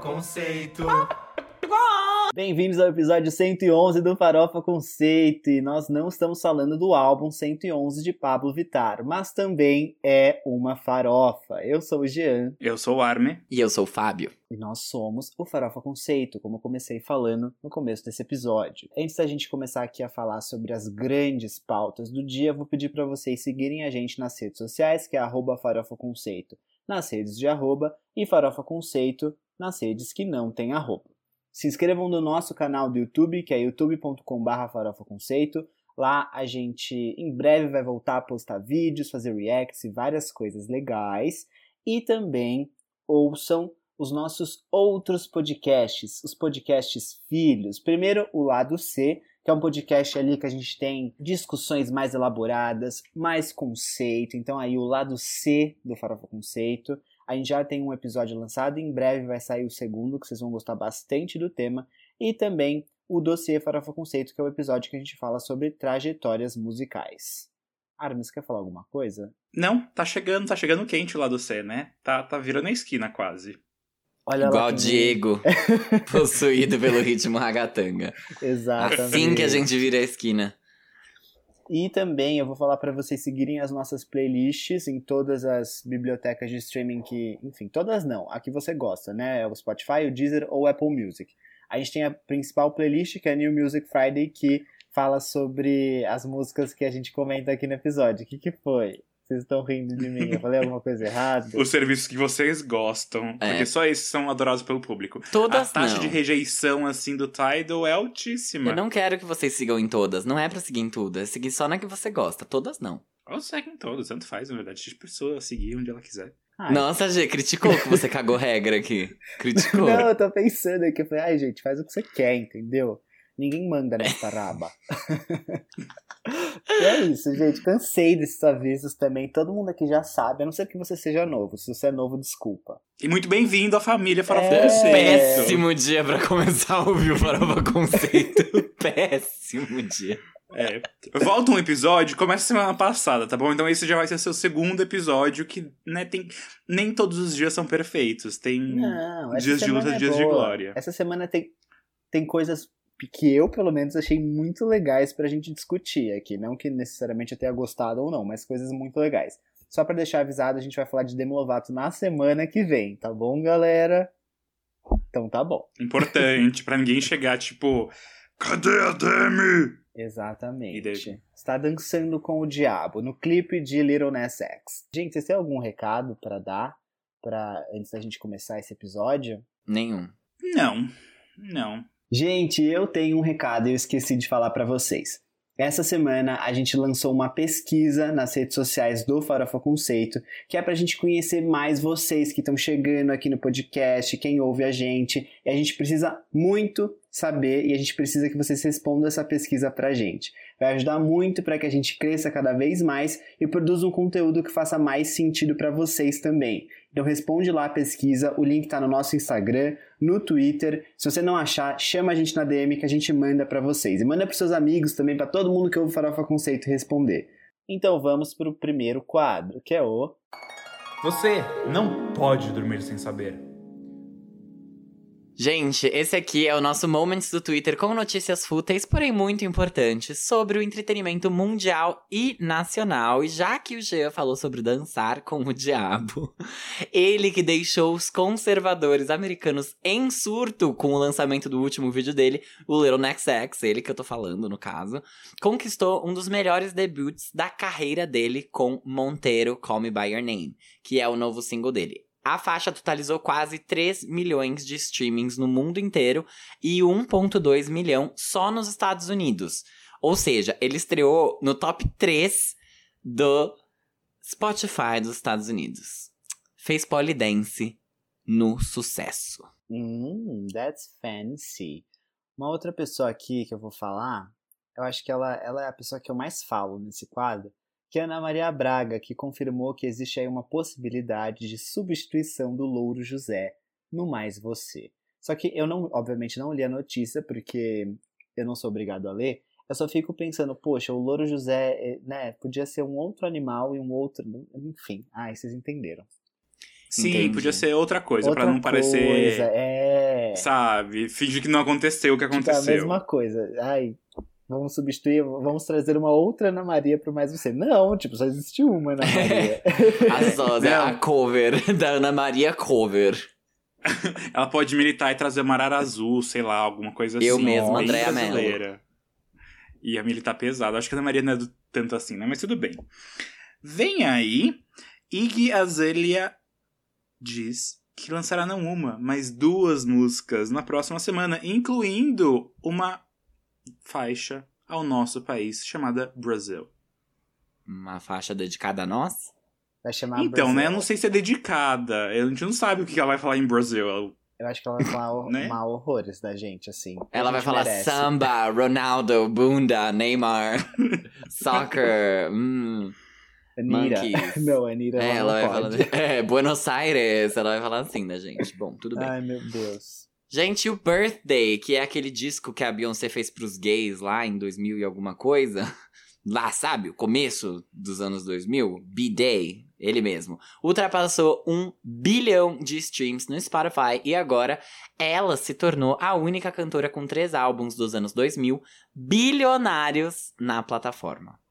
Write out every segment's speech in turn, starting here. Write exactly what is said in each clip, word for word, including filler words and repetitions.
Conceito. Bem-vindos ao episódio cento e onze do Farofa Conceito. E nós não estamos falando do álbum cento e onze de Pablo Vittar, mas também é uma farofa. Eu sou o Jean. Eu sou o Arme. E eu sou o Fábio. E nós somos o Farofa Conceito, como eu comecei falando no começo desse episódio. Antes da gente começar aqui a falar sobre as grandes pautas do dia, eu vou pedir para vocês seguirem a gente nas redes sociais, que é arroba Farofa Conceito, nas redes de arroba, e Farofa Conceito nas redes que não tem arroba. Se inscrevam no nosso canal do YouTube, que é youtube ponto com barra farofa conceito. Lá a gente em breve vai voltar a postar vídeos, fazer reacts e várias coisas legais. E também ouçam os nossos outros podcasts, os podcasts filhos. Primeiro, o Lado C, que é um podcast ali que a gente tem discussões mais elaboradas, mais conceito. Então aí o Lado C do Farofa Conceito. A gente já tem um episódio lançado, em breve vai sair o segundo, que vocês vão gostar bastante do tema. E também o Dossiê Farofa Conceito, que é o episódio que a gente fala sobre trajetórias musicais. Armin, quer falar alguma coisa? Não, tá chegando, tá chegando quente lá do C, né? Tá, tá virando a esquina quase. Olha Igual Diego, possuído pelo ritmo ragatanga. Exatamente. Assim que a gente vira a esquina. E também eu vou falar para vocês seguirem as nossas playlists em todas as bibliotecas de streaming que... Enfim, todas não, a que você gosta, né? O Spotify, o Deezer ou o Apple Music. A gente tem a principal playlist, que é a New Music Friday, que fala sobre as músicas que a gente comenta aqui no episódio. O que que foi? Vocês estão rindo de mim? Eu falei alguma coisa errada? Os serviços que vocês gostam, É. porque só esses são adorados pelo público. Todas A taxa não. de rejeição, assim, do Tidal é altíssima. Eu não quero que vocês sigam em todas. Não é pra seguir em tudo. É seguir só na que você gosta. Todas não. Ou seguem todos, tanto faz, na verdade. Deixa a pessoa seguir onde ela quiser. Ai, Nossa, Gê, criticou que você cagou regra aqui. Criticou. Não, eu tô pensando aqui. Eu falei, ai, gente, faz o que você quer, entendeu? Ninguém manda nessa raba. E é isso, gente. Cansei desses avisos também. Todo mundo aqui já sabe, a não ser que você seja novo. Se você é novo, desculpa. E muito bem-vindo à família Farofa É. Conceito. Péssimo dia pra começar a ouvir o Farofa Conceito. Péssimo dia. É. Volta um episódio, começa semana passada, tá bom? Então esse já vai ser seu segundo episódio, que, né, tem... Nem todos os dias são perfeitos. Tem Não, essa dias de semana luta e é dias de boa. glória. Essa semana tem, tem coisas que eu, pelo menos, achei muito legais pra gente discutir aqui. Não que necessariamente eu tenha gostado ou não, mas coisas muito legais. Só pra deixar avisado, a gente vai falar de Demi Lovato na semana que vem, tá bom, galera? Então tá bom. Importante, pra ninguém chegar, tipo... Cadê a Demi? Exatamente. E daí? Está dançando com o diabo no clipe de Lil Nas X. Gente, vocês têm algum recado pra dar pra, antes da gente começar esse episódio? Nenhum. Não, não. Gente, eu tenho um recado e eu esqueci de falar pra vocês. Essa semana a gente lançou uma pesquisa nas redes sociais do Farofa Conceito, que é pra gente conhecer mais vocês que estão chegando aqui no podcast, quem ouve a gente. E a gente precisa muito saber e a gente precisa que vocês respondam essa pesquisa pra gente. Vai ajudar muito para que a gente cresça cada vez mais e produza um conteúdo que faça mais sentido pra vocês também. Então responde lá a pesquisa, o link tá no nosso Instagram, no Twitter. Se você não achar, chama a gente na D M que a gente manda pra vocês. E manda pros seus amigos também, pra todo mundo que ouve Farofa Conceito responder. Então vamos pro primeiro quadro, que é o... Você não pode dormir sem saber. Gente, esse aqui é o nosso Moments do Twitter com notícias fúteis, porém muito importantes, sobre o entretenimento mundial e nacional. E já que o Jean falou sobre dançar com o diabo, ele que deixou os conservadores americanos em surto com o lançamento do último vídeo dele, o Lil Nas X, ele que eu tô falando no caso, conquistou um dos melhores debuts da carreira dele com Monteiro, Call Me By Your Name, que é o novo single dele. A faixa totalizou quase três milhões de streamings no mundo inteiro e um vírgula dois milhão só nos Estados Unidos. Ou seja, ele estreou no top três do Spotify dos Estados Unidos. Fez polydance no sucesso. Hum, that's fancy. Uma outra pessoa aqui que eu vou falar, eu acho que ela, ela é a pessoa que eu mais falo nesse quadro, que é a Ana Maria Braga, que confirmou que existe aí uma possibilidade de substituição do Louro José no Mais Você. Só que eu não, obviamente não li a notícia, porque eu não sou obrigado a ler. Eu só fico pensando, poxa, o Louro José, né, podia ser um outro animal e um outro... Enfim, ai, vocês entenderam. Sim, Entendi. podia ser outra coisa, Outra pra não parecer, coisa, é. sabe, fingir que não aconteceu o que Tipo, a aconteceu. mesma coisa. Ai, vamos substituir, vamos trazer uma outra Ana Maria pro Mais Você. Não, tipo, só existe uma Ana Maria. A Zózia, Não. a cover da Ana Maria cover. Ela pode militar e trazer Marara Azul, sei lá, alguma coisa Eu assim. mesma, bem Andréa Mello. brasileira. Ia militar pesado. Acho que a Ana Maria não é do- tanto assim, né? Mas tudo bem. Vem aí, Iggy Azalea diz que lançará não uma, mas duas músicas na próxima semana, incluindo uma faixa ao nosso país chamada Brasil. Uma faixa dedicada a nós? Vai chamar Então, né? Eu Brasil. não sei se é dedicada. A gente não sabe o que ela vai falar em Brasil. Ela- Eu acho que ela vai falar Né? mal horrores da gente, assim. Ela A vai gente falar merece. samba, Ronaldo, bunda, Neymar, soccer, hum, Anira. monkeys. Não, Anira É, ela ela vai não falar. pode. É, Buenos Aires. Ela vai falar assim da gente. Bom, tudo bem. Ai, meu Deus. Gente, o Birthday, que é aquele disco que a Beyoncé fez pros gays lá em dois mil e alguma coisa. Lá, sabe? O começo dos anos dois mil. B-Day, ele mesmo. Ultrapassou um bilhão de streams no Spotify. E agora, ela se tornou a única cantora com três álbuns dos anos dois mil bilionários na plataforma.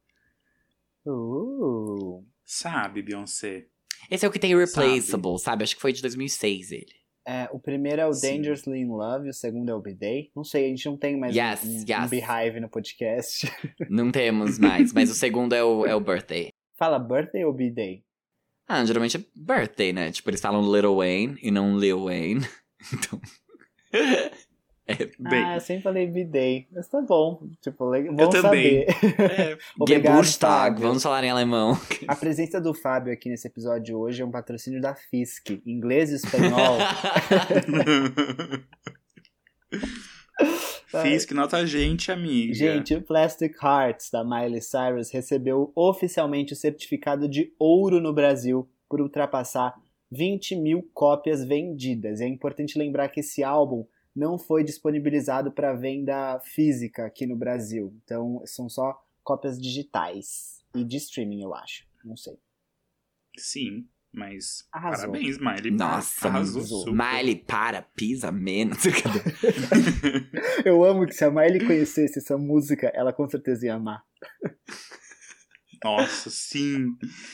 Uh. Sabe, Beyoncé? Esse é o que tem Irreplaceable, sabe? Acho que foi de dois mil e seis ele. É, o primeiro é o Sim. Dangerously in Love, o segundo é o B-Day. Não sei, a gente não tem mais Yes, um, um, yes. um Beehive no podcast. Não temos mais, mas o segundo é o, é o Birthday. Fala Birthday ou B-Day? Ah, geralmente é Birthday, né? Tipo, eles falam Lil Wayne e não Lil Wayne. Então... Bem, Ah, eu sempre falei B-Day. Mas tá bom. Tipo, legal. Bom também. saber. é, Obrigado, Geburtstag, Fábio. vamos falar em alemão. A presença do Fábio aqui nesse episódio hoje é um patrocínio da Fisk. Inglês e espanhol. Fiz que nota a gente, amiga. Gente, o Plastic Hearts da Miley Cyrus recebeu oficialmente o certificado de ouro no Brasil por ultrapassar vinte mil cópias vendidas. E é importante lembrar que esse álbum não foi disponibilizado para venda física aqui no Brasil. Então, são só cópias digitais e de streaming, eu acho. Não sei. Sim, mas Arrasou. parabéns, Miley. Nossa, arrasou arrasou. super. Miley, para, pisa menos. Eu amo que se a Miley conhecesse essa música, ela com certeza ia amar. Nossa, sim.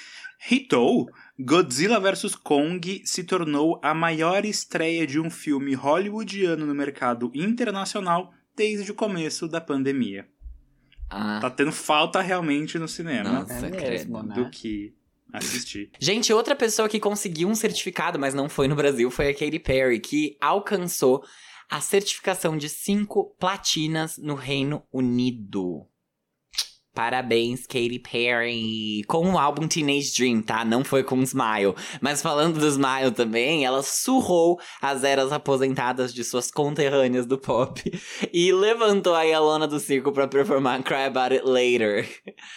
Hitou, Godzilla versus. Kong se tornou a maior estreia de um filme hollywoodiano no mercado internacional desde o começo da pandemia. Ah, Tá tendo falta realmente no cinema nossa, É credo. mesmo, né? do que assistir. Gente, outra pessoa que conseguiu um certificado, mas não foi no Brasil, foi a Katy Perry, que alcançou a certificação de cinco platinas no Reino Unido. Parabéns, Katy Perry. Com o álbum Teenage Dream, tá? Não foi com Smile. Mas falando do Smile também, ela surrou as eras aposentadas de suas conterrâneas do pop e levantou aí a lona do circo pra performar Cry About It Later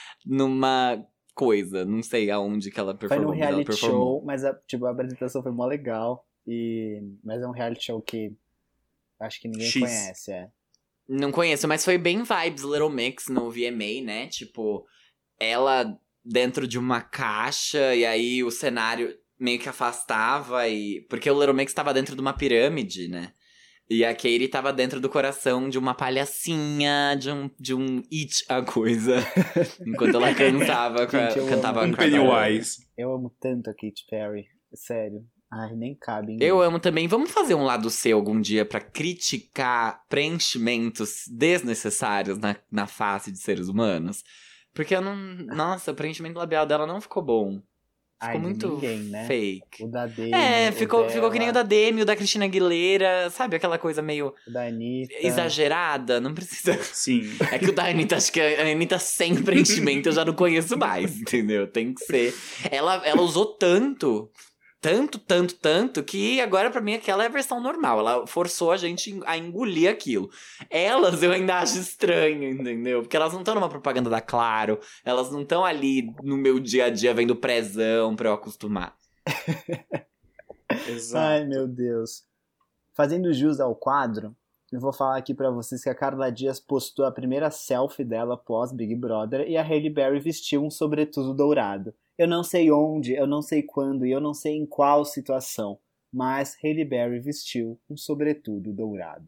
numa coisa. Não sei aonde que ela Foi performou. num mas ela reality performou. show, mas a, tipo, a apresentação foi mó legal. E... Mas é um reality show que acho que ninguém X. conhece, é. Não conheço, mas foi bem vibes Little Mix no V M A, né? Tipo, ela dentro de uma caixa e aí o cenário meio que afastava e... Porque o Little Mix tava dentro de uma pirâmide, né? E a Katy tava dentro do coração de uma palhacinha, de um, de um It a coisa. Enquanto ela cantava, Gente, eu cantava amo Um Cry About It. Pennywise. Eu amo tanto a Katy Perry. Sério. Ai, nem cabe em Eu mim. amo também. Vamos fazer um lado C algum dia pra criticar preenchimentos desnecessários na, na face de seres humanos? Porque eu não... Nossa, o preenchimento labial dela não ficou bom. Ficou Ai, de muito ninguém, né? fake. O da Demi, É, o ficou, dela, ficou que nem o da Demi, o da Cristina Aguilera. Sabe aquela coisa meio o da Anitta. exagerada? Não precisa... Sim. É que o da Anitta, acho que a Anitta sem preenchimento eu já não conheço mais, entendeu? Tem que ser... Ela, ela usou tanto... Tanto, tanto, tanto, que agora pra mim aquela é a versão normal. Ela forçou a gente a engolir aquilo. Elas eu ainda acho estranho, entendeu? Porque elas não estão numa propaganda da Claro. Elas não estão ali no meu dia a dia vendo prezão pra eu acostumar. Exato. Ai, meu Deus. Fazendo jus ao quadro, Eu vou falar aqui pra vocês que a Carla Dias postou a primeira selfie dela pós Big Brother e a Hailey Berry vestiu um sobretudo dourado. Eu não sei onde, eu não sei quando e eu não sei em qual situação, mas Hailey Berry vestiu um sobretudo dourado.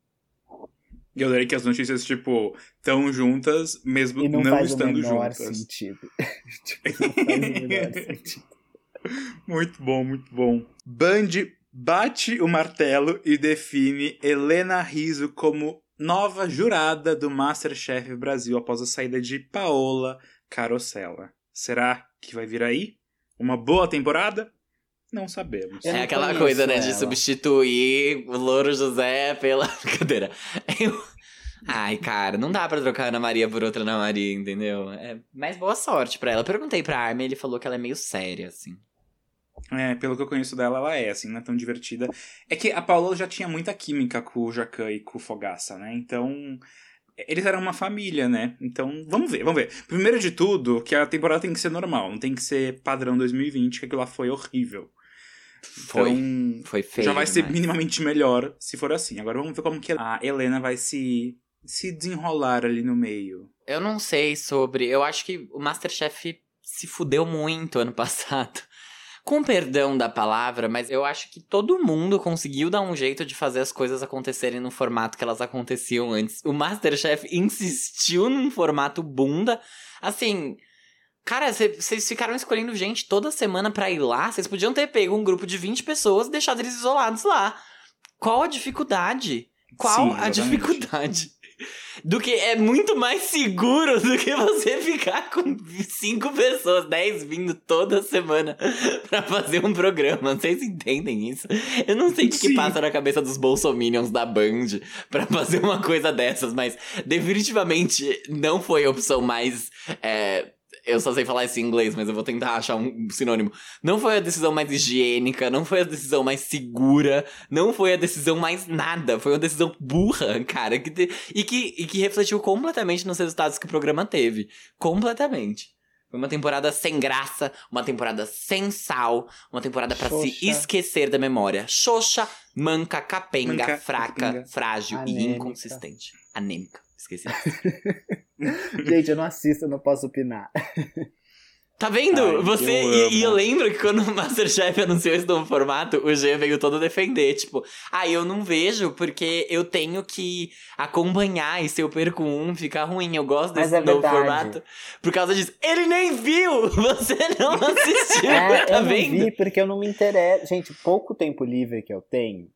E eu adorei que as notícias, tipo, estão juntas, mesmo E não, não faz estando o menor juntas. sentido. Tipo, não faz o menor sentido. Muito bom, muito bom. Band bate o martelo e define Helena Rizzo como nova jurada do MasterChef Brasil após a saída de Paola Carosella. Será que vai vir aí uma boa temporada? Não sabemos. Eu É não aquela conheço coisa, né, de ela. substituir o Louro José pela... Brincadeira. Eu... Ai, cara, não dá pra trocar a Ana Maria por outra Ana Maria, entendeu? É... Mas boa sorte pra ela. Eu perguntei pra Armin, ele falou que ela é meio séria, assim. É, pelo que eu conheço dela, ela é, assim, não é tão divertida. É que a Paola já tinha muita química com o Jacan e com o Fogaça, né? Então, eles eram uma família, né? Então, vamos ver, vamos ver. Primeiro de tudo, que a temporada tem que ser normal, não tem que ser padrão dois mil e vinte, que aquilo lá foi horrível. Foi, Então, foi feio já vai ser demais. minimamente melhor se for assim. Agora vamos ver como que a Helena vai se, se desenrolar ali no meio. Eu não sei sobre... Eu acho que o MasterChef se fudeu muito ano passado. Com perdão da palavra, mas eu acho que todo mundo conseguiu dar um jeito de fazer as coisas acontecerem no formato que elas aconteciam antes. O MasterChef insistiu num formato bunda. Assim, cara, vocês ficaram escolhendo gente toda semana pra ir lá. Vocês podiam ter pego um grupo de vinte pessoas e deixado eles isolados lá. Qual a dificuldade? Qual Sim, a exatamente. dificuldade? Do que é muito mais seguro do que você ficar com cinco pessoas, dez vindo toda semana pra fazer um programa. Vocês entendem isso? Eu não sei o que, que passa na cabeça dos bolsominions da Band pra fazer uma coisa dessas, mas definitivamente não foi a opção mais... É, eu só sei falar isso em inglês, mas eu vou tentar achar um sinônimo. Não foi a decisão mais higiênica, não foi a decisão mais segura, não foi a decisão mais nada. Foi uma decisão burra, cara. Que te... e, que, e que refletiu completamente nos resultados que o programa teve. Completamente. Foi uma temporada sem graça, uma temporada sem sal, uma temporada pra se Xoxa. esquecer da memória. Xoxa, manca, capenga, Manca, fraca, capenga. frágil e Anêmica. inconsistente. Anêmica. Esqueci. Gente, eu não assisto, eu não posso opinar. Tá vendo? Ai, Você eu e, amo. e eu lembro que quando o MasterChef anunciou esse novo formato, o G veio todo defender, tipo, ah, eu não vejo porque eu tenho que acompanhar e se eu perco um, fica ruim. Eu gosto Mas desse é novo verdade. formato. Por causa disso. Ele nem viu! Você não assistiu, É, tá eu não vendo? vi porque eu não me interesso. Gente, pouco tempo livre que eu tenho,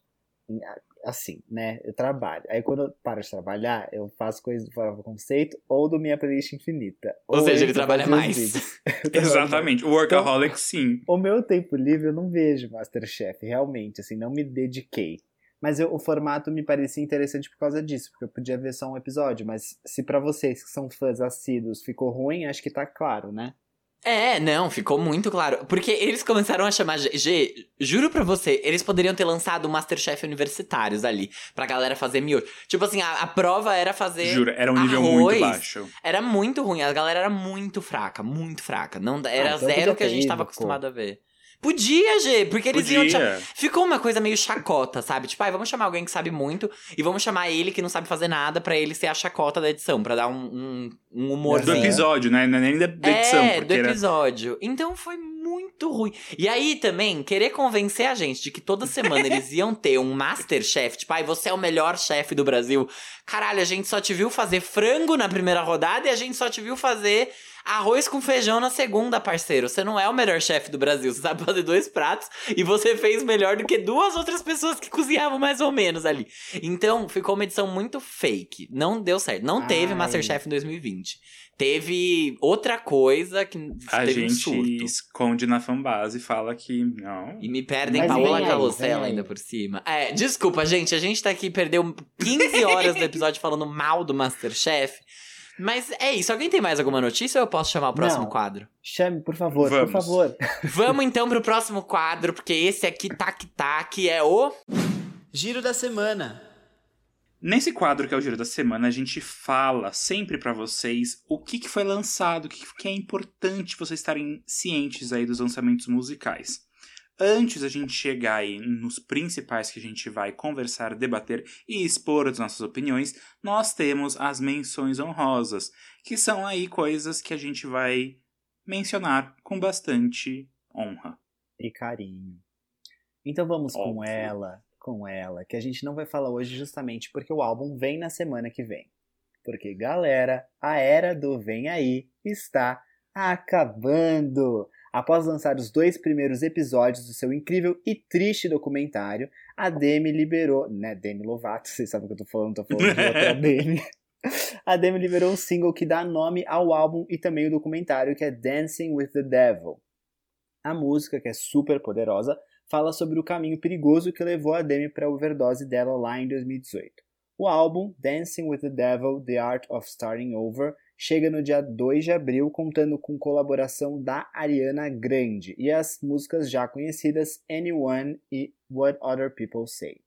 assim, né, eu trabalho. Aí quando eu paro de trabalhar, eu faço coisas do Farofa Conceito ou do Minha Playlist Infinita. Ou seja, eu ele trabalha fazia os mais. vídeos. Eu trabalho mais. Exatamente. O Workaholic, sim. O meu tempo livre eu não vejo MasterChef, realmente, assim, não me dediquei. Mas eu- o formato me parecia interessante por causa disso, porque eu podia ver só um episódio, mas se pra vocês que são fãs assíduos ficou ruim, acho que tá claro, né? É, não, ficou muito claro. Porque eles começaram a chamar... G, G, juro pra você, eles poderiam ter lançado o MasterChef universitários ali, pra galera fazer miojo. Tipo assim, a, a prova era fazer... Juro, era um nível arroz. muito baixo. Era muito ruim, a galera era muito fraca, muito fraca. Não, era Ah, então zero podia que a ter gente ido, tava pô. acostumado a ver. Podia, G, porque eles iam... Podia. cha- Ficou uma coisa meio chacota, sabe? Tipo, ai, vamos chamar alguém que sabe muito e vamos chamar ele que não sabe fazer nada pra ele ser a chacota da edição, pra dar um, um, um Do humorzinho. episódio, né? Não é nem da, da edição. É, porque do era... episódio. Então foi muito ruim. E aí também, querer convencer a gente de que toda semana eles iam ter um Masterchef, tipo, ai, você é o melhor chefe do Brasil. Caralho, a gente só te viu fazer frango na primeira rodada e a gente só te viu fazer arroz com feijão na segunda, parceiro. Você não é o melhor chefe do Brasil. Você sabe fazer dois pratos e você fez melhor do que duas outras pessoas que cozinhavam mais ou menos ali. Então, ficou uma edição muito fake. Não deu certo. Não teve Ai. Masterchef em dois mil e vinte. Teve outra coisa que A teve um gente surto. esconde na fanbase e fala que não. E me perdem Mas Paola vem aí, Carosella vem aí. ainda por cima. É, desculpa, gente. A gente tá aqui, perdeu quinze horas do episódio falando mal do Masterchef. Mas é isso. Alguém tem mais alguma notícia ou eu posso chamar o próximo Não. quadro? Chame, por favor, Vamos. por favor. Vamos então pro próximo quadro, porque esse aqui, tac tac, é o... Giro da semana. Nesse quadro que é o Giro da Semana, a gente fala sempre pra vocês o que, que foi lançado, o que, que é importante vocês estarem cientes aí dos lançamentos musicais. Antes da gente chegar aí nos principais que a gente vai conversar, debater e expor as nossas opiniões, nós temos as menções honrosas, que são aí coisas que a gente vai mencionar com bastante honra. E carinho. Então vamos Óbvio. com ela, com ela, que a gente não vai falar hoje justamente porque o álbum vem na semana que vem. Porque, galera, a era do Vem Aí está acabando! Após lançar os dois primeiros episódios do seu incrível e triste documentário, a Demi liberou... Né, Demi Lovato, vocês sabem o que eu tô falando, tô falando de outra Demi. A Demi liberou um single que dá nome ao álbum e também o documentário, que é Dancing with the Devil. A música, que é super poderosa, fala sobre o caminho perigoso que levou a Demi para a overdose dela lá em dois mil e dezoito. O álbum, Dancing with the Devil, The Art of Starting Over, chega no dia dois de abril, contando com colaboração da Ariana Grande e as músicas já conhecidas Anyone e What Other People Say.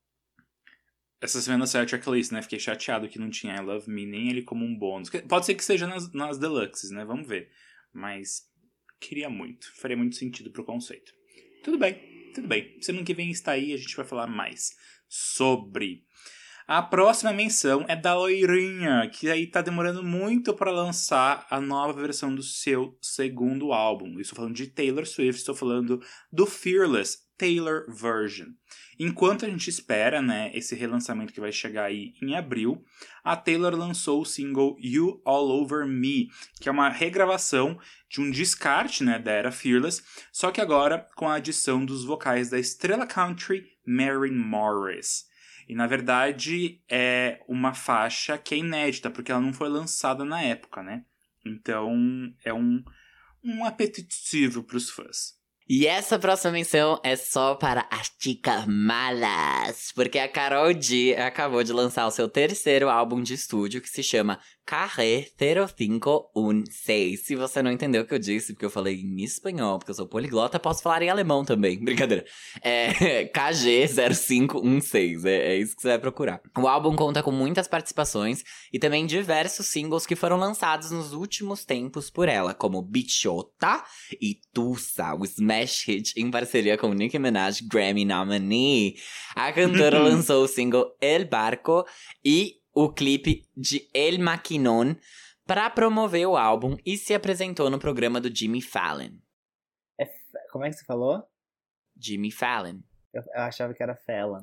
Essa semana saiu a checklist, né? Fiquei chateado que não tinha I Love Me, nem ele como um bônus. Pode ser que seja nas, nas deluxes, né? Vamos ver. Mas queria muito. Faria muito sentido pro conceito. Tudo bem, tudo bem. Semana que vem está aí e a gente vai falar mais sobre. A próxima menção é da loirinha, que aí tá demorando muito para lançar a nova versão do seu segundo álbum. Estou falando de Taylor Swift, estou falando do Fearless Taylor Version. Enquanto a gente espera, né, esse relançamento que vai chegar aí em abril, a Taylor lançou o single You All Over Me, que é uma regravação de um descarte, né, da era Fearless, só que agora com a adição dos vocais da estrela country Maren Morris. E, na verdade, é uma faixa que é inédita, porque ela não foi lançada na época, né? Então, é um, um apetitivo para os fãs. E essa próxima menção é só para as chicas malas, porque a Karol G acabou de lançar o seu terceiro álbum de estúdio, que se chama Carré zero cinco um seis. Se você não entendeu o que eu disse, porque eu falei em espanhol, porque eu sou poliglota, posso falar em alemão também, brincadeira. É K G zero cinco um seis, é, é isso que você vai procurar. O álbum conta com muitas participações e também diversos singles que foram lançados nos últimos tempos por ela, como Bichota e Tusa, o Smash hit em parceria com Nicki Minaj, Grammy nominee. A cantora lançou o single El Barco e o clipe de El Maquinón para promover o álbum e se apresentou no programa do Jimmy Fallon. É, como é que você falou? Jimmy Fallon. Eu, eu achava que era Fallon.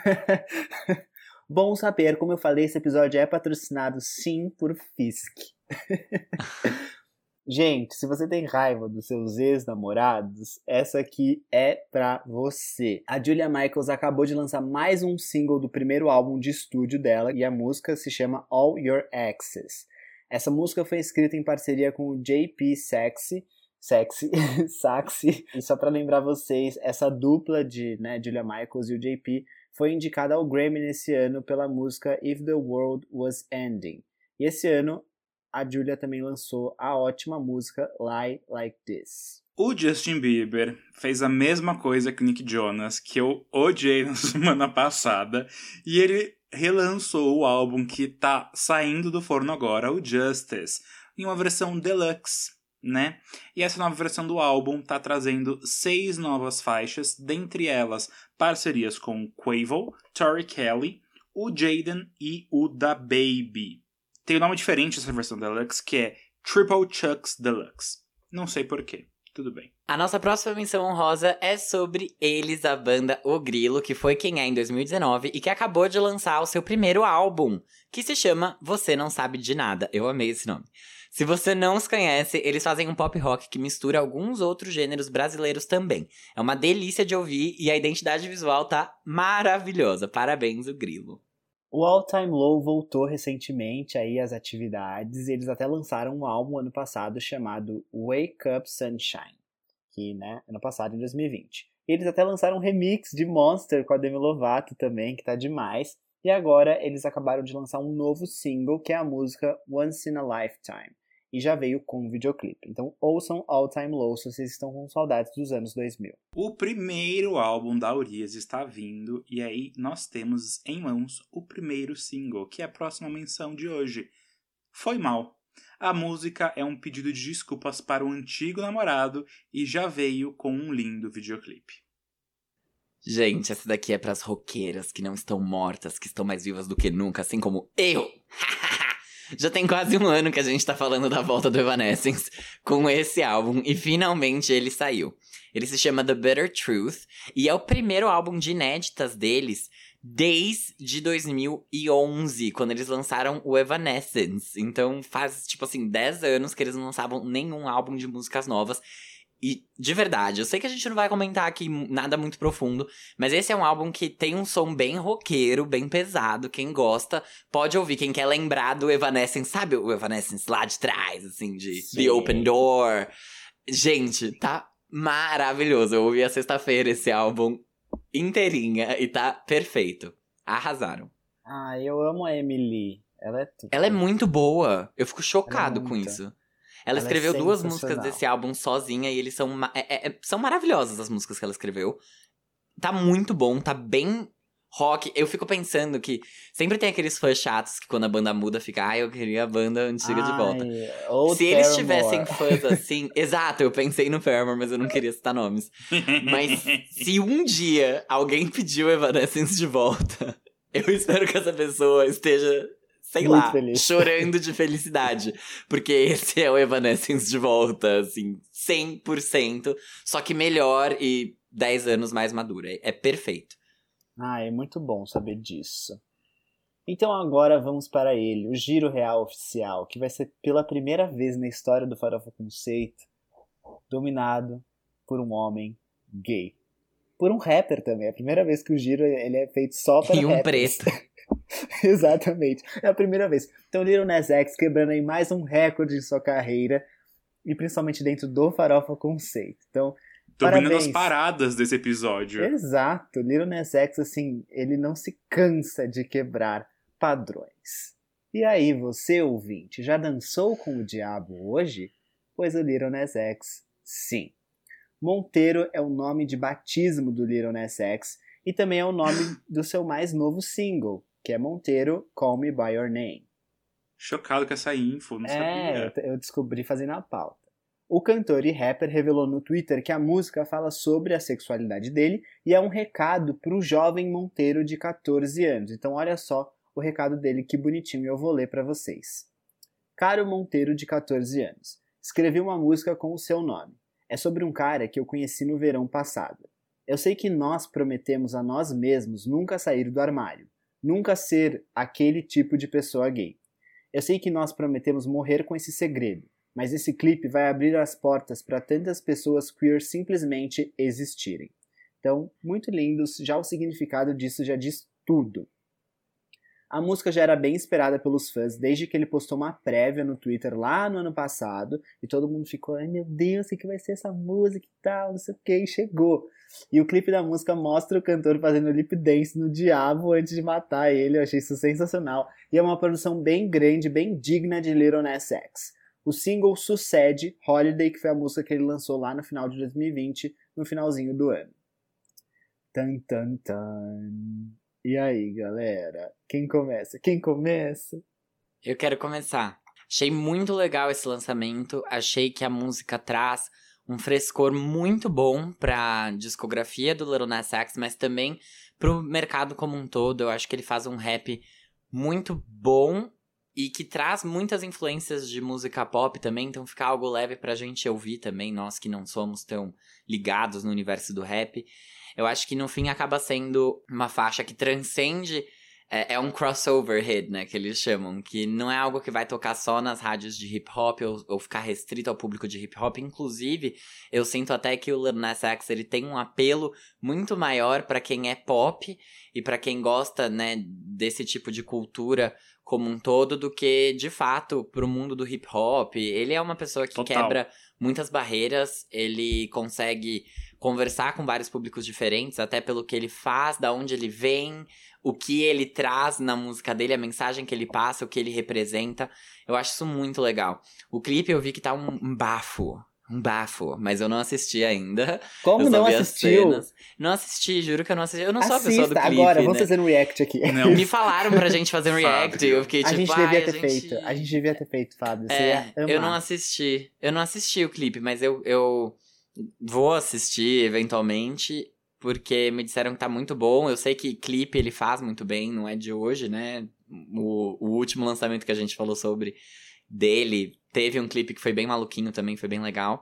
Bom saber, como eu falei, esse episódio é patrocinado sim por Fisk. Gente, se você tem raiva dos seus ex-namorados, essa aqui é pra você. A Julia Michaels acabou de lançar mais um single do primeiro álbum de estúdio dela e a música se chama All Your Exes. Essa música foi escrita em parceria com o J P Saxe, Sexy, Saxe. E só pra lembrar vocês, essa dupla de né, Julia Michaels e o J P foi indicada ao Grammy nesse ano pela música If the World Was Ending. E esse ano a Julia também lançou a ótima música Lie Like This. O Justin Bieber fez a mesma coisa que o Nick Jonas, que eu odiei na semana passada, e ele relançou o álbum que tá saindo do forno agora, o Justice, em uma versão deluxe, né? E essa nova versão do álbum tá trazendo seis novas faixas, dentre elas parcerias com Quavo, Tori Kelly, o Jaden e o DaBaby. Tem um nome diferente essa versão deluxe, que é Triple Chucks Deluxe. Não sei porquê. Tudo bem. A nossa próxima menção honrosa é sobre eles, a banda O Grilo, que foi quem é em dois mil e dezenove e que acabou de lançar o seu primeiro álbum, que se chama Você Não Sabe de Nada. Eu amei esse nome. Se você não os conhece, eles fazem um pop rock que mistura alguns outros gêneros brasileiros também. É uma delícia de ouvir e a identidade visual tá maravilhosa. Parabéns, O Grilo. O All Time Low voltou recentemente aí às atividades e eles até lançaram um álbum ano passado chamado Wake Up Sunshine, que, né, ano passado, em dois mil e vinte. E eles até lançaram um remix de Monster com a Demi Lovato também, que tá demais. E agora eles acabaram de lançar um novo single, que é a música Once in a Lifetime. E já veio com um videoclipe. Então ouçam All Time Low se vocês estão com saudades dos anos dois mil. O primeiro álbum da Urias está vindo e aí nós temos em mãos o primeiro single, que é a próxima menção de hoje. Foi Mal. A música é um pedido de desculpas para o antigo namorado e já veio com um lindo videoclipe. Gente, essa daqui é pras roqueiras que não estão mortas, que estão mais vivas do que nunca, assim como eu. Já tem quase um ano que a gente tá falando da volta do Evanescence com esse álbum, e finalmente ele saiu. Ele se chama The Bitter Truth, e é o primeiro álbum de inéditas deles desde dois mil e onze, quando eles lançaram o Evanescence. Então faz, tipo assim, dez anos que eles não lançavam nenhum álbum de músicas novas. E, de verdade, eu sei que a gente não vai comentar aqui nada muito profundo, mas esse é um álbum que tem um som bem roqueiro, bem pesado. Quem gosta pode ouvir, quem quer lembrar do Evanescence, sabe o Evanescence lá de trás, assim, de Sim. The Open Door. Gente, tá maravilhoso. Eu ouvi a sexta-feira esse álbum inteirinha e tá perfeito. Arrasaram. Ah, eu amo a Emily. Ela é tudo. Ela é muito boa. Eu fico chocado Ela é com muito. isso. Ela, Ela é escreveu duas sensacional. músicas desse álbum sozinha e eles são, ma- é- é- são maravilhosas as músicas que ela escreveu. Tá muito bom, tá bem rock. Eu fico pensando que sempre tem aqueles fãs chatos que quando a banda muda fica, ai, eu queria a banda antiga de volta. Ai, Old Se eles Paramore. tivessem fãs assim... Exato, eu pensei no Paramore, mas eu não queria citar nomes. Mas se um dia alguém pediu Evanescence de volta, eu espero que essa pessoa esteja, sei Muito lá, feliz. chorando de felicidade. Porque esse é o Evanescence de volta, assim, cem por cento. Só que melhor e dez anos mais madura. É perfeito. Ah, é muito bom saber disso. Então agora vamos para ele, o Giro Real Oficial, que vai ser pela primeira vez na história do Farofa Conceito, dominado por um homem gay. Por um rapper também, é a primeira vez que o Giro ele é feito só para E um rappers. preto. Exatamente, é a primeira vez. Então Lil Nas X quebrando aí mais um recorde em sua carreira, e principalmente dentro do Farofa Conceito. Então, Dominando parabéns. as paradas desse episódio. Exato, Lil Nas X, assim, ele não se cansa de quebrar padrões. E aí, você, ouvinte, já dançou com o diabo hoje? Pois o Lil Nas X, sim. Monteiro é o nome de batismo do Lil Nas X e também é o nome do seu mais novo single, que é Monteiro, Call Me By Your Name. Chocado com essa info, não É, sabia. eu, eu descobri fazendo a pauta. O cantor e rapper revelou no Twitter que a música fala sobre a sexualidade dele e é um recado para o jovem Monteiro de catorze anos. Então olha só o recado dele, que bonitinho, eu vou ler para vocês. Caro Monteiro de catorze anos, escrevi uma música com o seu nome. É sobre um cara que eu conheci no verão passado. Eu sei que nós prometemos a nós mesmos nunca sair do armário, nunca ser aquele tipo de pessoa gay. Eu sei que nós prometemos morrer com esse segredo, mas esse clipe vai abrir as portas para tantas pessoas queer simplesmente existirem. Então, muito lindos, já o significado disso já diz tudo. A música já era bem esperada pelos fãs desde que ele postou uma prévia no Twitter lá no ano passado, e todo mundo ficou, ai meu Deus, o que vai ser essa música e tal, não sei o que, e chegou. E o clipe da música mostra o cantor fazendo lip dance no diabo antes de matar ele, eu achei isso sensacional. E é uma produção bem grande, bem digna de Lil Nas X. O single sucede Holiday, que foi a música que ele lançou lá no final de dois mil e vinte, no finalzinho do ano. Tan, tan, tan. E aí, galera? Quem começa? Quem começa? Eu quero começar. Achei muito legal esse lançamento. Achei que a música traz um frescor muito bom pra discografia do Lil Nas X, mas também pro mercado como um todo. Eu acho que ele faz um rap muito bom e que traz muitas influências de música pop também, então fica algo leve pra gente ouvir também, nós que não somos tão ligados no universo do rap. Eu acho que no fim acaba sendo uma faixa que transcende, é, é um crossover hit, né, que eles chamam, que não é algo que vai tocar só nas rádios de hip hop ou, ou ficar restrito ao público de hip hop. Inclusive, eu sinto até que o Lil Nas X, ele tem um apelo muito maior pra quem é pop e pra quem gosta, né, desse tipo de cultura como um todo, do que, de fato, pro mundo do hip hop. Ele é uma pessoa que Total. quebra muitas barreiras, ele consegue conversar com vários públicos diferentes, até pelo que ele faz, da onde ele vem, o que ele traz na música dele, a mensagem que ele passa, o que ele representa. Eu acho isso muito legal. O clipe eu vi que tá um, um bafo, um bafo, mas eu não assisti ainda. Como eu só não vi as assistiu? cenas. Não assisti, juro que eu não assisti. Eu não sou a pessoa do Assista clipe, agora, vamos né? fazer um react aqui. Não. Me falaram pra gente fazer um react e eu fiquei A tipo, gente ai, devia a ter gente... feito, a gente devia ter feito, Fábio. Você É, ia amar. eu não assisti. Eu não assisti o clipe, mas eu, eu vou assistir eventualmente. porque me disseram que tá muito bom. Eu sei que clipe ele faz muito bem, não é de hoje, né? O, o último lançamento que a gente falou sobre dele, teve um clipe que foi bem maluquinho também, foi bem legal.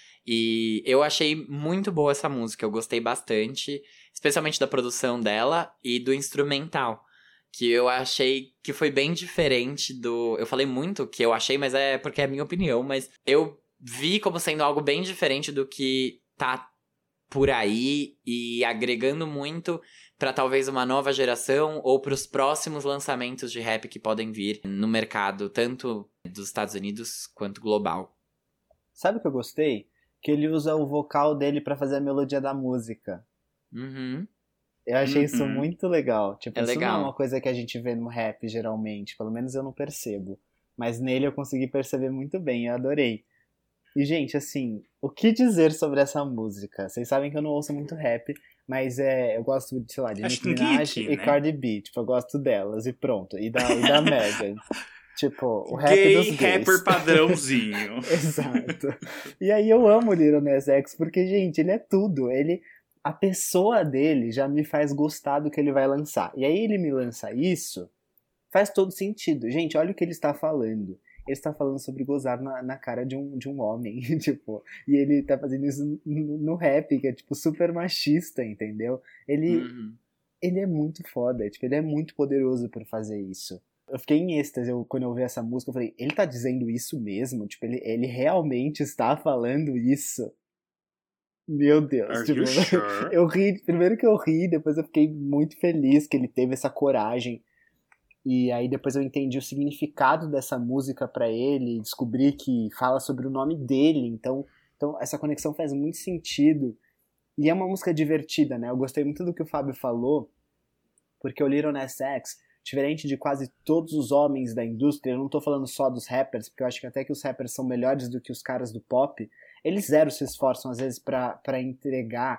E eu achei muito boa essa música, eu gostei bastante, especialmente da produção dela e do instrumental, que eu achei que foi bem diferente do... Eu falei muito que eu achei, mas é porque é a minha opinião, mas eu vi como sendo algo bem diferente do que tá por aí e agregando muito pra talvez uma nova geração ou pros próximos lançamentos de rap que podem vir no mercado, tanto dos Estados Unidos quanto global. Sabe o que eu gostei? Que ele usa o vocal dele pra fazer a melodia da música. Uhum. Eu achei Uhum. isso muito legal. Tipo, É isso legal. não é uma coisa que a gente vê no rap, geralmente. Pelo menos eu não percebo. Mas nele eu consegui perceber muito bem, eu adorei. E, gente, assim, o que dizer sobre essa música? Vocês sabem que eu não ouço muito rap, mas é, eu gosto, sei lá, de Acho Nicki que ninguém Minaj aqui, e né? Cardi B. Tipo, eu gosto delas e pronto. E da, e da Megan. Tipo, o rap Gay dos gays. rapper padrãozinho. Exato. E aí eu amo o Lil Nas X porque, gente, ele é tudo. Ele, a pessoa dele já me faz gostar do que ele vai lançar. E aí ele me lança isso, faz todo sentido. Gente, olha o que ele está falando. Ele está falando sobre gozar na, na cara de um, de um homem, tipo. E ele tá fazendo isso no, no rap, que é, tipo, super machista, entendeu? Ele, Uhum. ele é muito foda, tipo, ele é muito poderoso por fazer isso. Eu fiquei em êxtase eu, quando eu vi essa música, eu falei, ele tá dizendo isso mesmo? Tipo, ele, ele realmente está falando isso? Meu Deus, Are tipo, you sure? eu ri, primeiro que eu ri, depois eu fiquei muito feliz que ele teve essa coragem. E aí depois eu entendi o significado dessa música pra ele, descobri que fala sobre o nome dele, então, então essa conexão faz muito sentido. E é uma música divertida, né? Eu gostei muito do que o Fábio falou, porque o Lil Nas X, diferente de quase todos os homens da indústria, eu não tô falando só dos rappers, porque eu acho que até que os rappers são melhores do que os caras do pop, eles zero se esforçam às vezes pra, pra entregar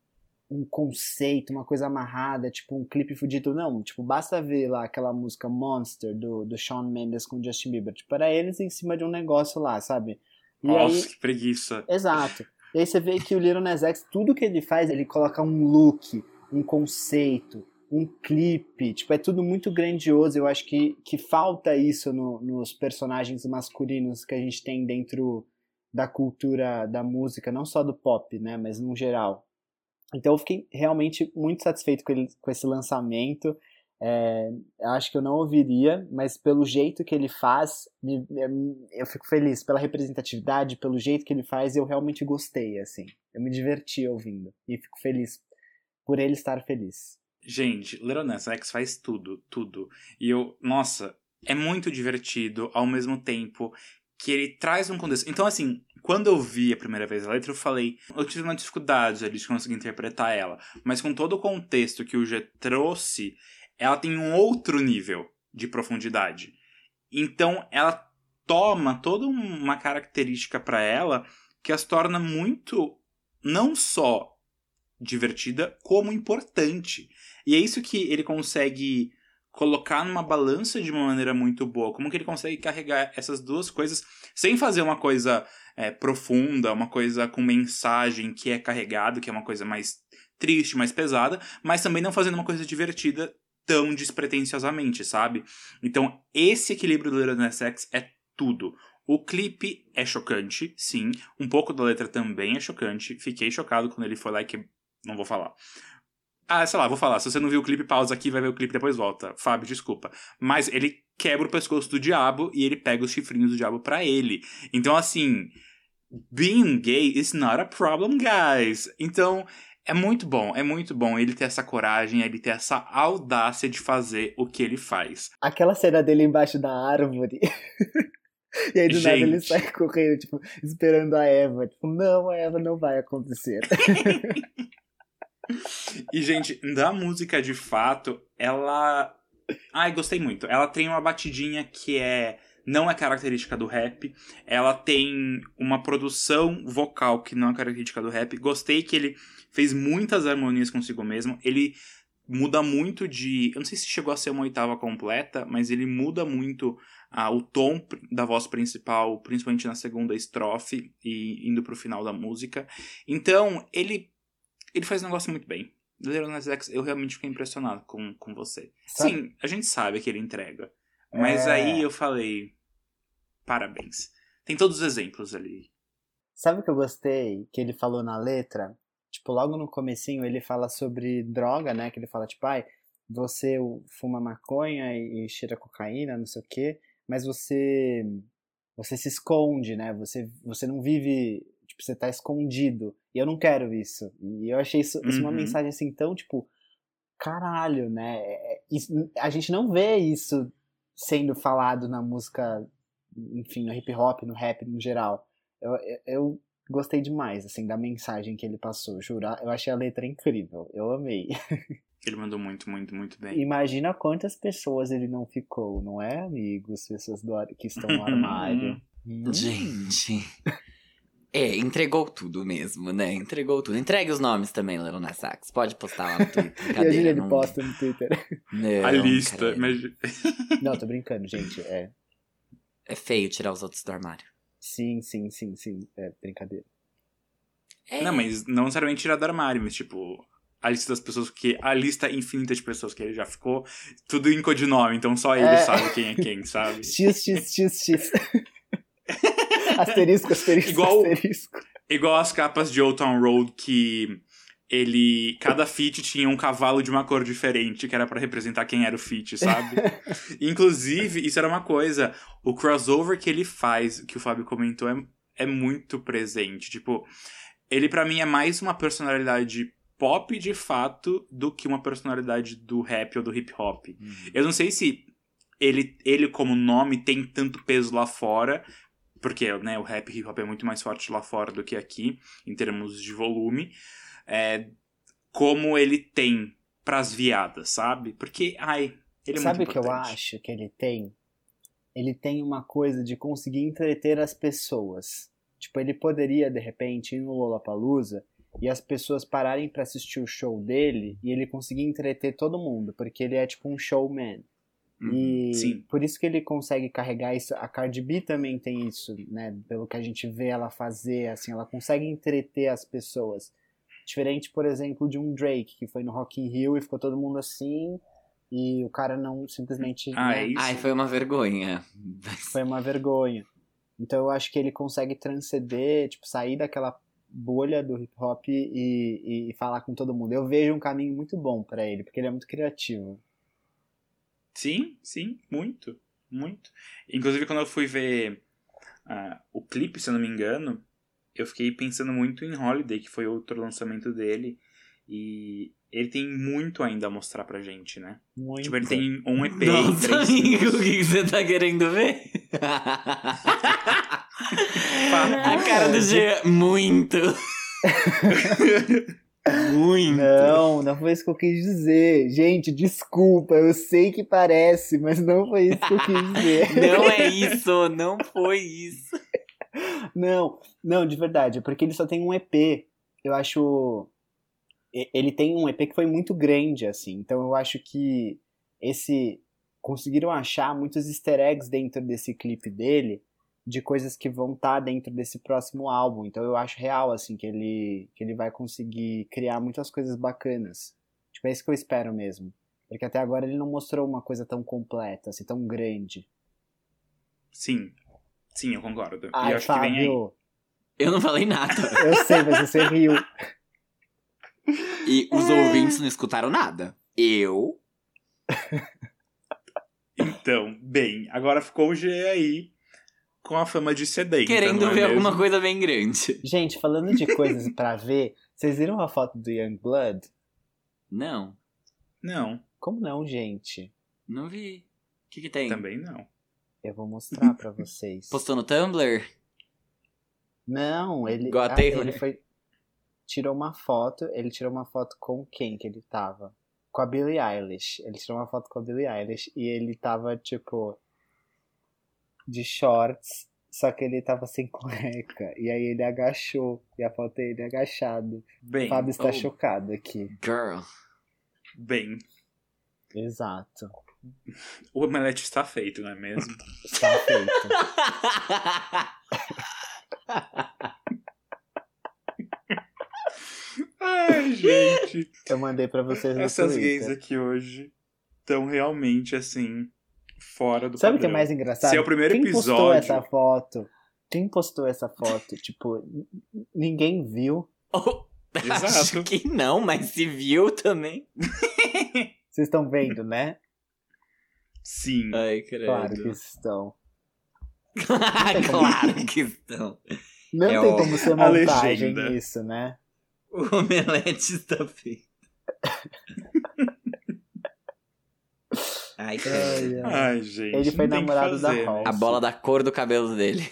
um conceito, uma coisa amarrada, tipo um clipe fudido, não, tipo, basta ver lá aquela música Monster do, do Shawn Mendes com Justin Bieber, tipo, era eles em cima de um negócio lá, sabe? E Nossa, aí, que preguiça. exato. E aí você vê que o Lil Nas X, tudo que ele faz, ele coloca um look, um conceito, um clipe, tipo, é tudo muito grandioso. Eu acho que, que falta isso no, nos personagens masculinos que a gente tem dentro da cultura da música, não só do pop, né, mas no geral. Então eu fiquei realmente muito satisfeito com, ele, com esse lançamento. É, acho que eu não ouviria, mas pelo jeito que ele faz, me, eu fico feliz pela representatividade, pelo jeito que ele faz, eu realmente gostei, assim. Eu me diverti ouvindo e fico feliz por ele estar feliz. Gente, Lil Nas X faz tudo, tudo. E eu, nossa, é muito divertido ao mesmo tempo que ele traz um contexto. Então, assim, quando eu vi a primeira vez a letra, eu falei, eu tive uma dificuldade ali de conseguir interpretar ela. Mas com todo o contexto que o G trouxe, ela tem um outro nível de profundidade. Então, ela toma toda uma característica para ela que as torna muito, não só divertida, como importante. E é isso que ele consegue colocar numa balança de uma maneira muito boa. Como que ele consegue carregar essas duas coisas sem fazer uma coisa é, profunda, uma coisa com mensagem que é carregado, que é uma coisa mais triste, mais pesada, mas também não fazendo uma coisa divertida tão despretensiosamente, sabe? Então, esse equilíbrio do Lil Nas X é tudo. O clipe é chocante, sim. Um pouco da letra também é chocante. Fiquei chocado quando ele foi lá e que... Não vou falar. Ah, sei lá, vou falar. Se você não viu o clipe, pausa aqui, vai ver o clipe e depois volta. Fábio, desculpa. Mas ele quebra o pescoço do diabo e ele pega os chifrinhos do diabo pra ele. Então, assim... Being gay is not a problem, guys. Então... É muito bom, é muito bom ele ter essa coragem, ele ter essa audácia de fazer o que ele faz. Aquela cena dele embaixo da árvore. E aí do Gente. nada ele sai correndo, tipo, esperando a Eva. Tipo, não, a Eva não vai acontecer. E, gente, da música de fato, ela... Ai, gostei muito. Ela tem uma batidinha que é... Não é característica do rap. Ela tem uma produção vocal que não é característica do rap. Gostei que ele fez muitas harmonias consigo mesmo. Ele muda muito de... Eu não sei se chegou a ser uma oitava completa, mas ele muda muito ah, o tom da voz principal, principalmente na segunda estrofe e indo pro final da música. Então, ele Ele faz um negócio muito bem. Lil Nas X, eu realmente fiquei impressionado com, com você. Sabe? Sim, a gente sabe que ele entrega. Mas É. aí eu falei, parabéns. Tem todos os exemplos ali. Sabe o que eu gostei que ele falou na letra? Tipo, logo no comecinho ele fala sobre droga, né? Que ele fala, tipo, ai, você fuma maconha e, e cheira cocaína, não sei o quê, mas você você se esconde, né? Você, você não vive, tipo, você tá escondido. E eu não quero isso. E eu achei isso, isso uma Uhum. mensagem assim tão, tipo, caralho, né? É- é- isso- a gente não vê isso sendo falado na música, enfim, no hip hop, no rap no geral. Eu, eu, eu gostei demais, assim, da mensagem que ele passou, juro. Eu achei a letra incrível, eu amei. Ele mandou muito, muito, muito bem. Imagina quantas pessoas ele não ficou, não é, amigos? Pessoas do, ar- que estão no armário. Hum. Gente. É, entregou tudo mesmo, né? Entregou tudo. Entregue os nomes também, Lil Nas X. Pode postar lá no Twitter. Imagina Brincadeira, ele não... posta no Twitter. Não, A lista. credo. Imagina. Não, tô brincando, gente. É. É feio tirar os outros do armário. Sim, sim, sim, sim. É brincadeira. É. Não, mas não necessariamente tirar do armário, mas tipo, a lista das pessoas, que a lista infinita de pessoas que ele já ficou, tudo em codinome, então só ele É. sabe quem é quem, sabe? X, X, X, X. Asterisco, asterisco, Igual- asterisco. Igual as capas de Old Town Road, que ele, cada feat tinha um cavalo de uma cor diferente, que era pra representar quem era o feat, sabe? Inclusive, isso era uma coisa, o crossover que ele faz, que o Fábio comentou, é, é muito presente. Tipo, ele pra mim é mais uma personalidade pop de fato do que uma personalidade do rap ou do hip hop. Eu não sei se ele, ele como nome tem tanto peso lá fora, porque, né, o rap e hip hop é muito mais forte lá fora do que aqui, em termos de volume, é, como ele tem pras viadas, sabe? Porque, ai, ele é Sabe o muito que eu importante. acho que ele tem? Ele tem uma coisa de conseguir entreter as pessoas. Tipo, ele poderia, de repente, ir no Lollapalooza e as pessoas pararem pra assistir o show dele e ele conseguir entreter todo mundo, porque ele é tipo um showman. E Sim. por isso que ele consegue carregar isso. A Cardi B também tem isso, né? Pelo que a gente vê ela fazer, assim, ela consegue entreter as pessoas. Diferente, por exemplo, de um Drake, que foi no Rock in Rio e ficou todo mundo assim, e o cara não simplesmente, Ah, né, é isso? Ai, foi uma vergonha. foi uma vergonha. Então eu acho que ele consegue transcender, tipo, sair daquela bolha do hip hop e, e, e falar com todo mundo. Eu vejo um caminho muito bom pra ele, porque ele é muito criativo. Sim, sim, muito, muito. Inclusive, quando eu fui ver ah, o clipe, se eu não me engano, eu fiquei pensando muito em Holiday, que foi outro lançamento dele, e ele tem muito ainda a mostrar pra gente, né? Muito. Tipo, ele tem um E P em Nossa, três amigo, o minutos. que que você tá querendo ver? A cara do Jean, muito. Muito. Não, não foi isso que eu quis dizer. Gente, desculpa, eu sei que parece, mas não foi isso que eu quis dizer. Não é isso, não foi isso. Não, não, de verdade, é porque ele só tem um E P. Eu acho. e- Ele tem um E P que foi muito grande, assim. Então eu acho que esse. Conseguiram achar muitos easter eggs dentro desse clipe dele, de coisas que vão estar dentro desse próximo álbum. Então eu acho real, assim, que ele, que ele vai conseguir criar muitas coisas bacanas. Tipo, é isso que eu espero mesmo. Porque até agora ele não mostrou uma coisa tão completa, assim, tão grande. Sim, sim, eu concordo. e Ai, eu acho que vem aí. Fábio, Eu não falei nada. eu sei, mas você riu. E os ouvintes não escutaram nada. Eu. Então, bem, agora ficou o G aí com a fama de sedenta, Querendo não é ver mesmo? alguma coisa bem grande. Gente, falando de coisas pra ver, vocês viram a foto do Youngblood? Não, Não, Como não, gente? não vi. O que que tem? também não. Eu vou mostrar pra vocês. Postou no Tumblr? Não, ele, Igual a ah, Taylor. ele foi tirou uma foto, ele tirou uma foto com quem que ele tava? Com a Billie Eilish. Ele tirou uma foto com a Billie Eilish e ele tava tipo de shorts, só que ele tava sem cueca. E aí ele agachou, e a foto é ele agachado. Bem, O Fábio está oh. chocado aqui. Girl. bem, Exato. o omelete está feito, não é mesmo? Está feito. Ai, gente. Eu mandei pra vocês no Essas Twitter. gays aqui hoje estão realmente, assim, fora do Sabe o que é padrão. mais engraçado? Se é o primeiro Quem episódio... postou essa foto? Quem postou essa foto? Tipo, n- n- ninguém viu. Oh, Exato. acho que não, mas se viu também. Vocês estão vendo, né? Sim. Ai, credo. Claro que estão. Claro que estão. Não É tem o- como ser a montagem legenda. isso, né? O omelete está feito. Ai, credo. Ai, ai. Ai, gente. Ele foi não tem o que namorado da fazer, Hall. né? A bola da cor do cabelo dele.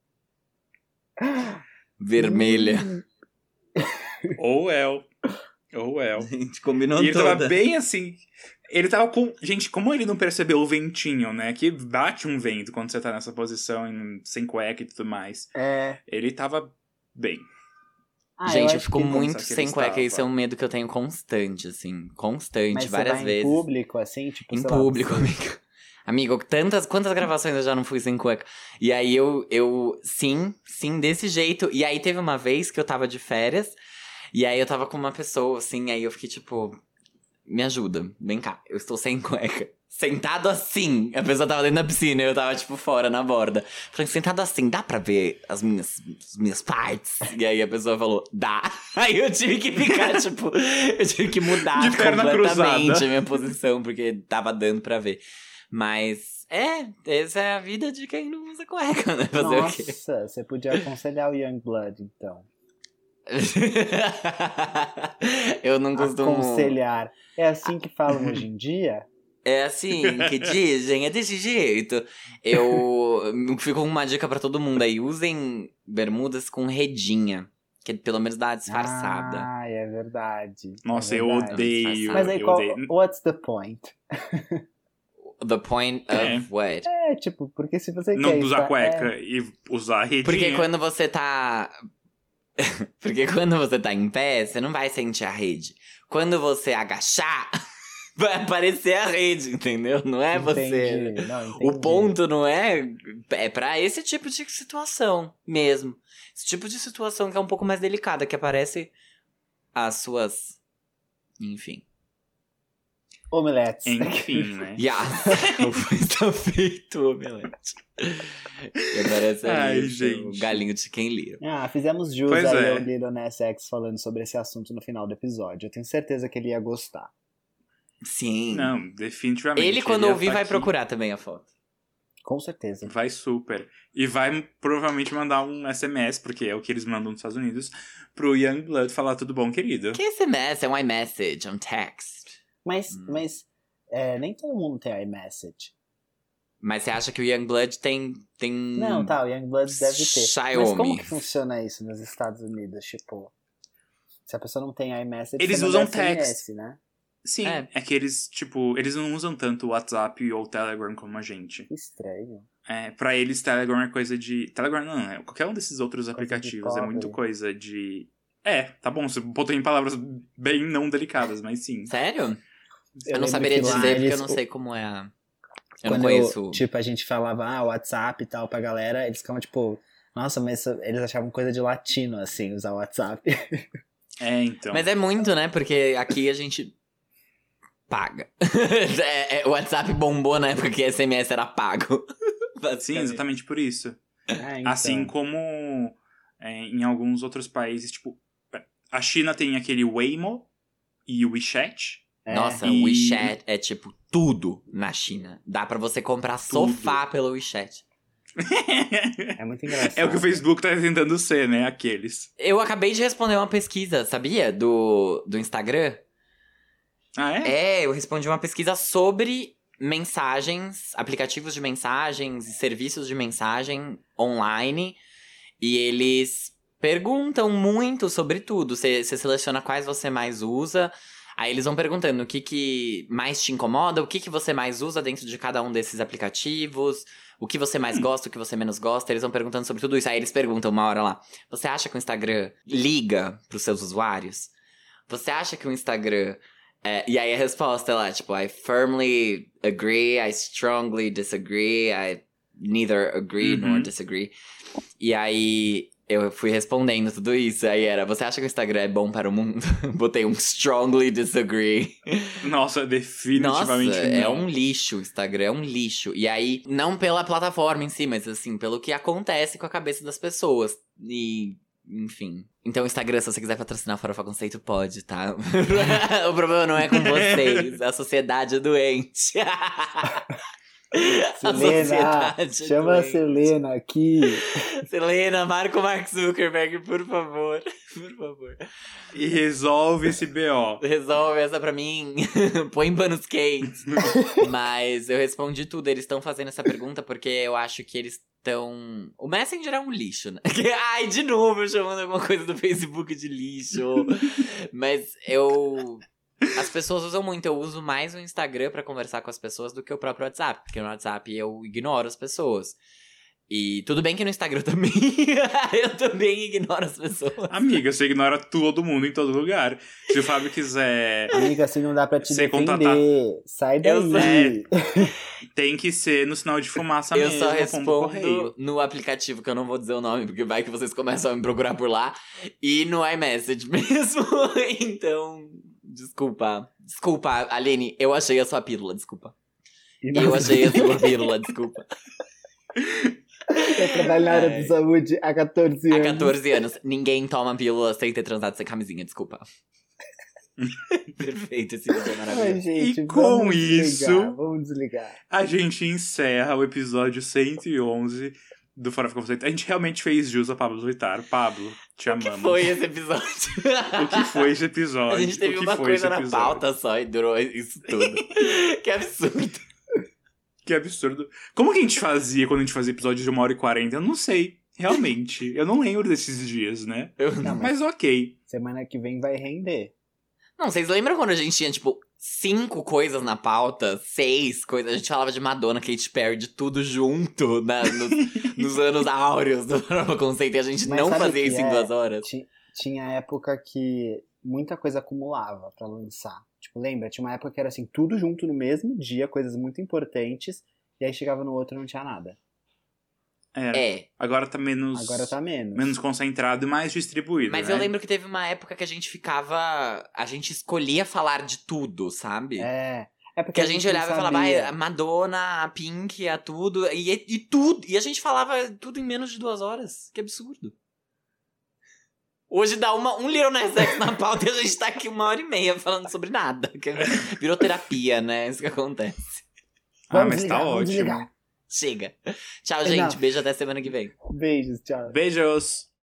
Vermelha. Hum, Ou El. Ou El. A gente combinou E ele toda. tava bem assim. Ele tava com. Gente, como ele não percebeu o ventinho, né? Que bate um vento quando você tá nessa posição, em- sem cueca e tudo mais. É. Ele tava bem. Ah, eu Gente, eu acho fico que- muito que ele sem cueca. estava. Isso é um medo que eu tenho constante, assim. Constante, Mas você várias vai vezes. em público, assim, tipo, Em sei lá, público, você- amigo. Amigo, tantas, quantas gravações eu já não fui sem cueca? E aí eu, eu, sim, sim, desse jeito. E aí teve uma vez que eu tava de férias, e aí eu tava com uma pessoa, assim, aí eu fiquei tipo, me ajuda, vem cá, eu estou sem cueca. Sentado assim, a pessoa tava dentro da piscina e eu tava, tipo, fora, na borda. Falei, sentado assim, dá pra ver as minhas, as minhas partes? E aí a pessoa falou, dá. Aí eu tive que ficar, tipo, eu tive que mudar De perna completamente cruzada. a minha posição, porque tava dando pra ver. Mas, é, essa é a vida de quem não usa cueca, né? Fazer o quê? Nossa, você podia aconselhar o Youngblood, então. Eu não costumo... Aconselhar. É assim que falam hoje em dia? É assim que dizem, é desse jeito. Eu fico com uma dica pra todo mundo aí. Usem bermudas com redinha. Que pelo menos dá uma disfarçada. Ah, é verdade. Nossa, é eu verdade. odeio. Mas aí, eu qual, odeio. what's the point? The point of É. what? É, tipo, porque se você Não quer usar estar- cueca é, e usar redinha. Porque quando você tá... Porque quando você tá em pé, você não vai sentir a rede. Quando você agachar, vai aparecer a rede, entendeu? Não é você. entendi, não, O entendi. ponto não é... É pra esse tipo de situação mesmo. Esse tipo de situação que é um pouco mais delicada, que aparece as suas... Enfim. Omeletes. Enfim, né? Yes. Está feito o omelete. E aparece Ai, ali o gente. galinho de quem lira. Ah, fizemos jus Pois aí é. ao Lil Nas X falando sobre esse assunto no final do episódio. Eu tenho certeza que ele ia gostar. Sim. Não, definitivamente. Ele, quando ia ouvir, tá vai aqui. procurar também a foto. Com certeza. Vai super. E vai provavelmente mandar um S M S, porque é o que eles mandam nos Estados Unidos, pro Youngblood falar tudo bom, querido. Que S M S? É um iMessage, é um text. Mas, Hum. mas é, nem todo mundo tem iMessage. Mas você acha que o Youngblood tem... tem... Não, tá, o Youngblood deve ter. Xiaomi. Mas como que funciona isso nos Estados Unidos? Tipo, se a pessoa não tem iMessage, Eles você manda usam S M S, text. né? Sim, É. é. que eles, tipo, eles não usam tanto o WhatsApp ou o Telegram como a gente. Que estranho. É, pra eles, Telegram é coisa de... Telegram não, é qualquer um desses outros de aplicativos. É pobre. muito coisa de... É, tá bom, você botou em palavras bem não delicadas, mas sim. Sério? Eu, não lembro saberia que lá dizer, porque eles- eu não sei como é a... Eu Quando não conheço... tipo, a gente falava, ah, WhatsApp e tal pra galera, eles ficavam tipo, nossa, mas isso- eles achavam coisa de latino, assim, usar o WhatsApp. É, então. Mas é muito, né? Porque aqui a gente paga. é, é, o WhatsApp bombou na época que S M S era pago. Sim, Basicamente. exatamente por isso. É, então. Assim como é, em alguns outros países, tipo, a China tem aquele Waymo e o WeChat. É. Nossa, E- o WeChat é tipo tudo na China. Dá pra você comprar Tudo. sofá pelo WeChat. É muito engraçado. É o que o Facebook tá tentando ser, né? Aqueles. Eu acabei de responder uma pesquisa, sabia? Do, do Instagram. Ah, é? É, eu respondi uma pesquisa sobre mensagens, aplicativos de mensagens e serviços de mensagem online. E eles perguntam muito sobre tudo. Você você seleciona quais você mais usa. Aí eles vão perguntando o que, que mais te incomoda, o que, que você mais usa dentro de cada um desses aplicativos, o que você mais gosta, o que você menos gosta. Eles vão perguntando sobre tudo isso. Aí eles perguntam uma hora lá, você acha que o Instagram liga pros seus usuários? Você acha que o Instagram... É, e aí a resposta é lá, tipo, I firmly agree, I strongly disagree, I neither agree Uhum. nor disagree. E aí Eu fui respondendo tudo isso, aí era, você acha que o Instagram é bom para o mundo? Botei um strongly disagree. Nossa, definitivamente Nossa, não. é um lixo, o Instagram é um lixo. E aí, não pela plataforma em si, mas assim, pelo que acontece com a cabeça das pessoas. E, enfim. Então, o Instagram, se você quiser patrocinar Farofa Conceito, pode, tá? O problema não é com vocês, a sociedade é doente. Selena, chama a Selena aqui. Selena, marca o Mark Zuckerberg, por favor. Por favor. E resolve esse B O. Resolve essa pra mim. Põe panos quentes. Mas eu respondi tudo. Eles estão fazendo essa pergunta porque eu acho que eles estão... O Messenger é um lixo, né? Ai, de novo, chamando alguma coisa do Facebook de lixo. Mas eu... As pessoas usam muito, eu uso mais o Instagram pra conversar com as pessoas do que o próprio WhatsApp. Porque no WhatsApp eu ignoro as pessoas. E tudo bem que no Instagram também, eu também ignoro as pessoas. Amiga, você ignora todo mundo em todo lugar. Se o Fábio quiser... Amiga, assim não dá pra te Você defender. contratar- Sai daí. Eu sei. Tem que ser no sinal de fumaça Eu mesmo, só pombo correio. respondo no aplicativo, que eu não vou dizer o nome, porque vai que vocês começam a me procurar por lá. E no iMessage mesmo. Então, desculpa. Desculpa, Aline, eu achei a sua pílula, desculpa. E Eu nós- achei a sua pílula, desculpa. Eu trabalho na área Ai. de saúde há catorze Há anos. catorze anos, ninguém toma pílula sem ter transado sem camisinha, desculpa. Perfeito, esse vídeo é Ai, maravilhoso. gente, E com vamos desligar, isso- Vamos desligar. A gente encerra o episódio cento e onze do Farofa Conceito. A gente realmente fez jus a Pablo Vittar. Pablo, te O que amamos. foi esse episódio? O que foi esse episódio? A gente teve o que uma foi coisa esse na episódio? pauta só e durou isso tudo. Que absurdo. Que absurdo. Como que a gente fazia quando a gente fazia episódio de uma hora e quarenta? Eu não sei. Realmente. Eu não lembro desses dias, né? Eu- Não, mas Mas ok. semana que vem vai render. Não, vocês lembram quando a gente tinha, tipo, cinco coisas na pauta? Seis coisas? A gente falava de Madonna, Katy Perry, de tudo junto, né? Nos, nos anos áureos do Farofa Conceito. E a gente Mas não sabe o fazia que isso em é? duas horas. Ti- Tinha época que muita coisa acumulava pra lançar. Tipo, lembra? Tinha uma época que era assim, tudo junto no mesmo dia, coisas muito importantes, e aí chegava no outro e não tinha nada. Era. É, Agora tá menos... Agora tá menos. Menos concentrado e mais distribuído, mas né? eu lembro que teve uma época que a gente ficava... A gente escolhia falar de tudo, sabe? É. É porque Que a gente não olhava e falava, sabia. ah, a Madonna, a Pink, a tudo, e, e tudo. E a gente falava tudo em menos de duas horas. Que absurdo. Hoje dá uma, um Little Nas X na pauta e a gente tá aqui uma hora e meia falando sobre nada. Que virou terapia, né? Isso que acontece. Ah, Vamos mas desligar, tá vamos ótimo. desligar. Chega. Tchau, Não. gente. Beijo até semana que vem. Beijos, tchau. Beijos!